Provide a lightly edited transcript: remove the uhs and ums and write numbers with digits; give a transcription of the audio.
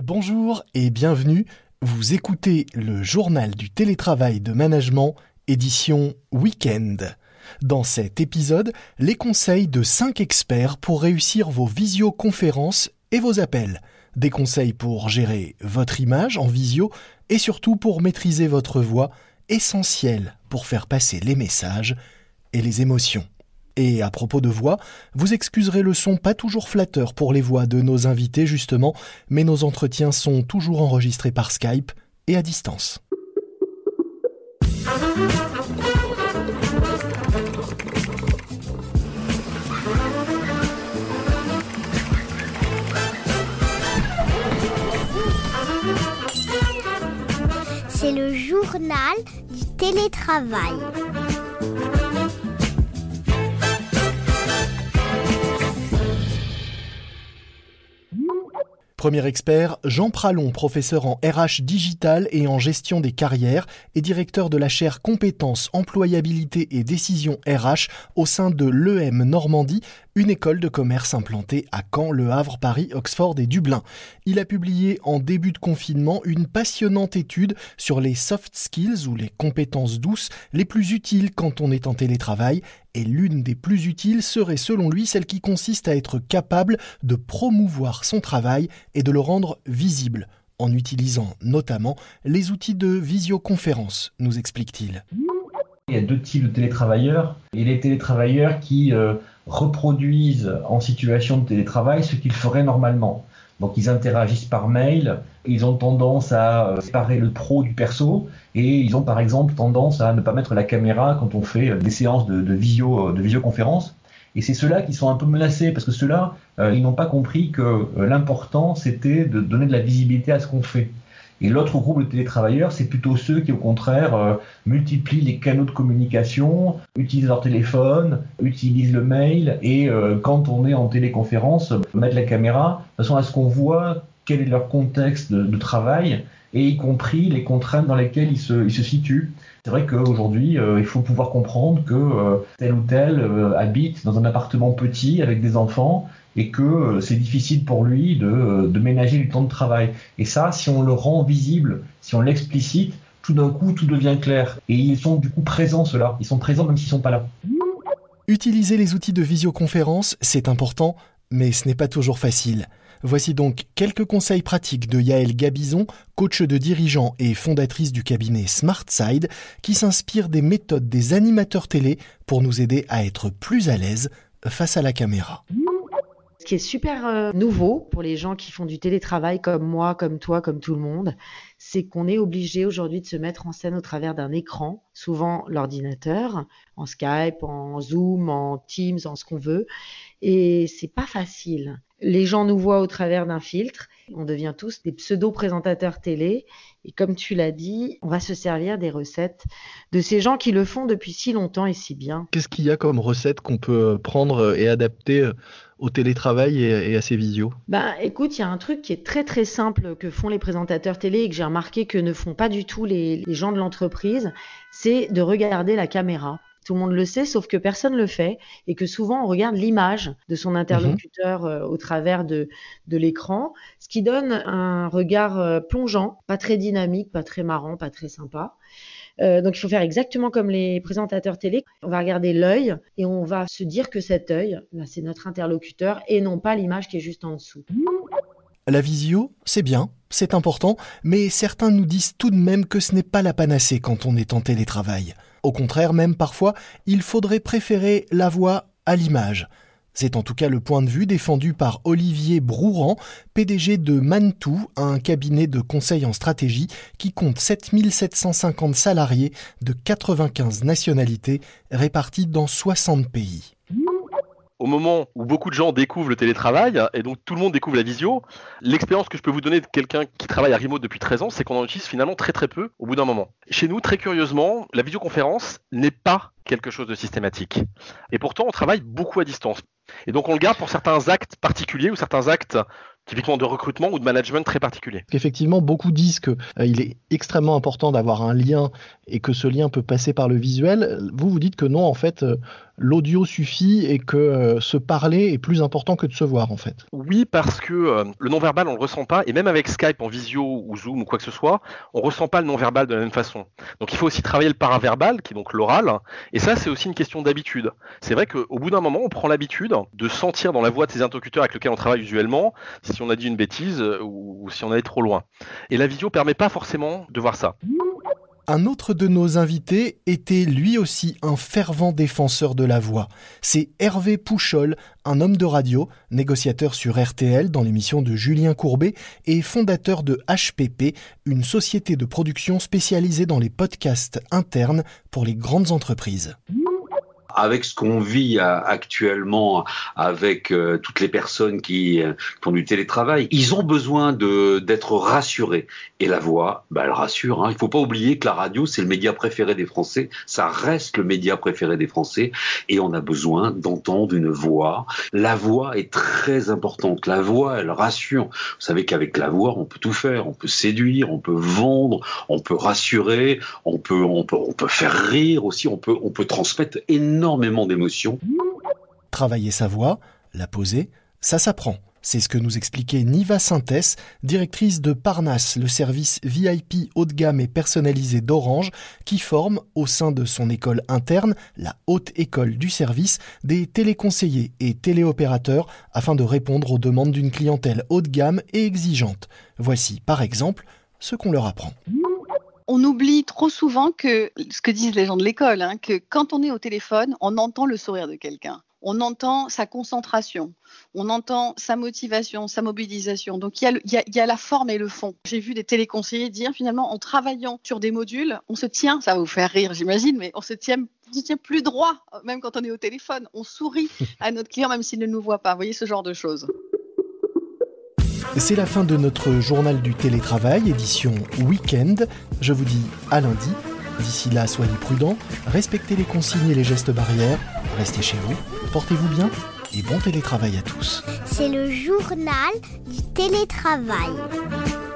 Bonjour et bienvenue, vous écoutez le journal du télétravail de management, édition Week-end. Dans cet épisode, les conseils de 5 experts pour réussir vos visioconférences et vos appels. Des conseils pour gérer votre image en visio et surtout pour maîtriser votre voix, essentielle pour faire passer les messages et les émotions. Et à propos de voix, vous excuserez le son pas toujours flatteur pour les voix de nos invités justement, mais nos entretiens sont toujours enregistrés par Skype et à distance. C'est le journal du télétravail. Premier expert, Jean Pralon, professeur en RH digital et en gestion des carrières et directeur de la chaire compétences, employabilité et décision RH au sein de l'EM Normandie, une école de commerce implantée à Caen, Le Havre, Paris, Oxford et Dublin. Il a publié en début de confinement une passionnante étude sur les soft skills ou les compétences douces les plus utiles quand on est en télétravail. Et l'une des plus utiles serait selon lui celle qui consiste à être capable de promouvoir son travail et de le rendre visible, en utilisant notamment les outils de visioconférence, nous explique-t-il. Il y a 2 types de télétravailleurs. Et les télétravailleurs qui reproduisent en situation de télétravail ce qu'ils feraient normalement. Donc ils interagissent par mail, ils ont tendance à séparer le pro du perso et ils ont par exemple tendance à ne pas mettre la caméra quand on fait des séances de visioconférence. Et c'est ceux-là qui sont un peu menacés parce que ceux-là, ils n'ont pas compris que l'important c'était de donner de la visibilité à ce qu'on fait. Et l'autre groupe de télétravailleurs, c'est plutôt ceux qui, au contraire, multiplient les canaux de communication, utilisent leur téléphone, utilisent le mail et quand on est en téléconférence, mettent la caméra de façon à ce qu'on voit quel est leur contexte de travail et y compris les contraintes dans lesquelles ils se situent. C'est vrai qu'aujourd'hui, il faut pouvoir comprendre que tel ou tel habite dans un appartement petit avec des enfants et que c'est difficile pour lui de ménager du temps de travail. Et ça, si on le rend visible, si on l'explicite, tout d'un coup, tout devient clair. Et ils sont du coup présents, ceux-là. Ils sont présents même s'ils ne sont pas là. Utiliser les outils de visioconférence, c'est important, mais ce n'est pas toujours facile. Voici donc quelques conseils pratiques de Yaël Gabizon, coach de dirigeants et fondatrice du cabinet SmartSide, qui s'inspire des méthodes des animateurs télé pour nous aider à être plus à l'aise face à la caméra. Ce qui est super nouveau pour les gens qui font du télétravail comme moi, comme toi, comme tout le monde, c'est qu'on est obligé aujourd'hui de se mettre en scène au travers d'un écran, souvent l'ordinateur, en Skype, en Zoom, en Teams, en ce qu'on veut. Et c'est pas facile. Les gens nous voient au travers d'un filtre. On devient tous des pseudo-présentateurs télé. Et comme tu l'as dit, on va se servir des recettes de ces gens qui le font depuis si longtemps et si bien. Qu'est-ce qu'il y a comme recettes qu'on peut prendre et adapter au télétravail et à ces visios? Écoute, il y a un truc qui est très très simple que font les présentateurs télé et que j'ai remarqué que ne font pas du tout les gens de l'entreprise, c'est de regarder la caméra. Tout le monde le sait, sauf que personne ne le fait et que souvent on regarde l'image de son interlocuteur au travers de l'écran, ce qui donne un regard plongeant, pas très dynamique, pas très marrant, pas très sympa. Donc il faut faire exactement comme les présentateurs télé. On va regarder l'œil et on va se dire que cet œil, c'est notre interlocuteur et non pas l'image qui est juste en dessous. La visio, c'est bien, c'est important, mais certains nous disent tout de même que ce n'est pas la panacée quand on est en télétravail. Au contraire, même parfois, il faudrait préférer la voix à l'image. C'est en tout cas le point de vue défendu par Olivier Brouran, PDG de Mantou, un cabinet de conseil en stratégie qui compte 7750 salariés de 95 nationalités répartis dans 60 pays. Au moment où beaucoup de gens découvrent le télétravail, et donc tout le monde découvre la visio, l'expérience que je peux vous donner de quelqu'un qui travaille à remote depuis 13 ans, c'est qu'on en utilise finalement très très peu au bout d'un moment. Chez nous, très curieusement, la visioconférence n'est pas quelque chose de systématique. Et pourtant, on travaille beaucoup à distance. Et donc on le garde pour certains actes particuliers ou certains actes typiquement de recrutement ou de management très particulier. Effectivement, beaucoup disent qu'il est extrêmement important d'avoir un lien et que ce lien peut passer par le visuel. Vous dites que non, en fait, l'audio suffit et que se parler est plus important que de se voir en fait. Oui, parce que le non-verbal, on le ressent pas, et même avec Skype en visio ou Zoom ou quoi que ce soit, on ressent pas le non-verbal de la même façon. Donc il faut aussi travailler le paraverbal, qui est donc l'oral, et ça c'est aussi une question d'habitude. C'est vrai qu'au bout d'un moment, on prend l'habitude de sentir dans la voix de ses interlocuteurs avec lesquels on travaille usuellement si on a dit une bêtise ou si on allait trop loin. Et la visio permet pas forcément de voir ça. Un autre de nos invités était lui aussi un fervent défenseur de la voix. C'est Hervé Pouchol, un homme de radio, négociateur sur RTL dans l'émission de Julien Courbet et fondateur de HPP, une société de production spécialisée dans les podcasts internes pour les grandes entreprises. Avec ce qu'on vit actuellement, avec toutes les personnes qui font du télétravail, ils ont besoin d'être rassurés. Et la voix, elle rassure. Il ne faut pas oublier que la radio, c'est le média préféré des Français. Ça reste le média préféré des Français. Et on a besoin d'entendre une voix. La voix est très importante. La voix, elle rassure. Vous savez qu'avec la voix, on peut tout faire. On peut séduire, on peut vendre, on peut rassurer, on peut faire rire aussi. On peut transmettre énormément d'émotions. Travailler sa voix, la poser, ça s'apprend. C'est ce que nous expliquait Niva Sintès, directrice de Parnasse, le service VIP haut de gamme et personnalisé d'Orange, qui forme, au sein de son école interne, la Haute École du Service, des téléconseillers et téléopérateurs afin de répondre aux demandes d'une clientèle haut de gamme et exigeante. Voici, par exemple, ce qu'on leur apprend. On oublie trop souvent que, ce que disent les gens de l'école, que quand on est au téléphone, on entend le sourire de quelqu'un. On entend sa concentration, on entend sa motivation, sa mobilisation. Donc il y a la forme et le fond. J'ai vu des téléconseillers dire finalement en travaillant sur des modules, on se tient, ça va vous faire rire j'imagine, mais on se tient plus droit même quand on est au téléphone. On sourit à notre client même s'il ne nous voit pas. Vous voyez ce genre de choses. C'est la fin de notre journal du télétravail, édition week-end. Je vous dis à lundi. D'ici là, soyez prudents, respectez les consignes et les gestes barrières, restez chez vous, portez-vous bien et bon télétravail à tous. C'est le journal du télétravail.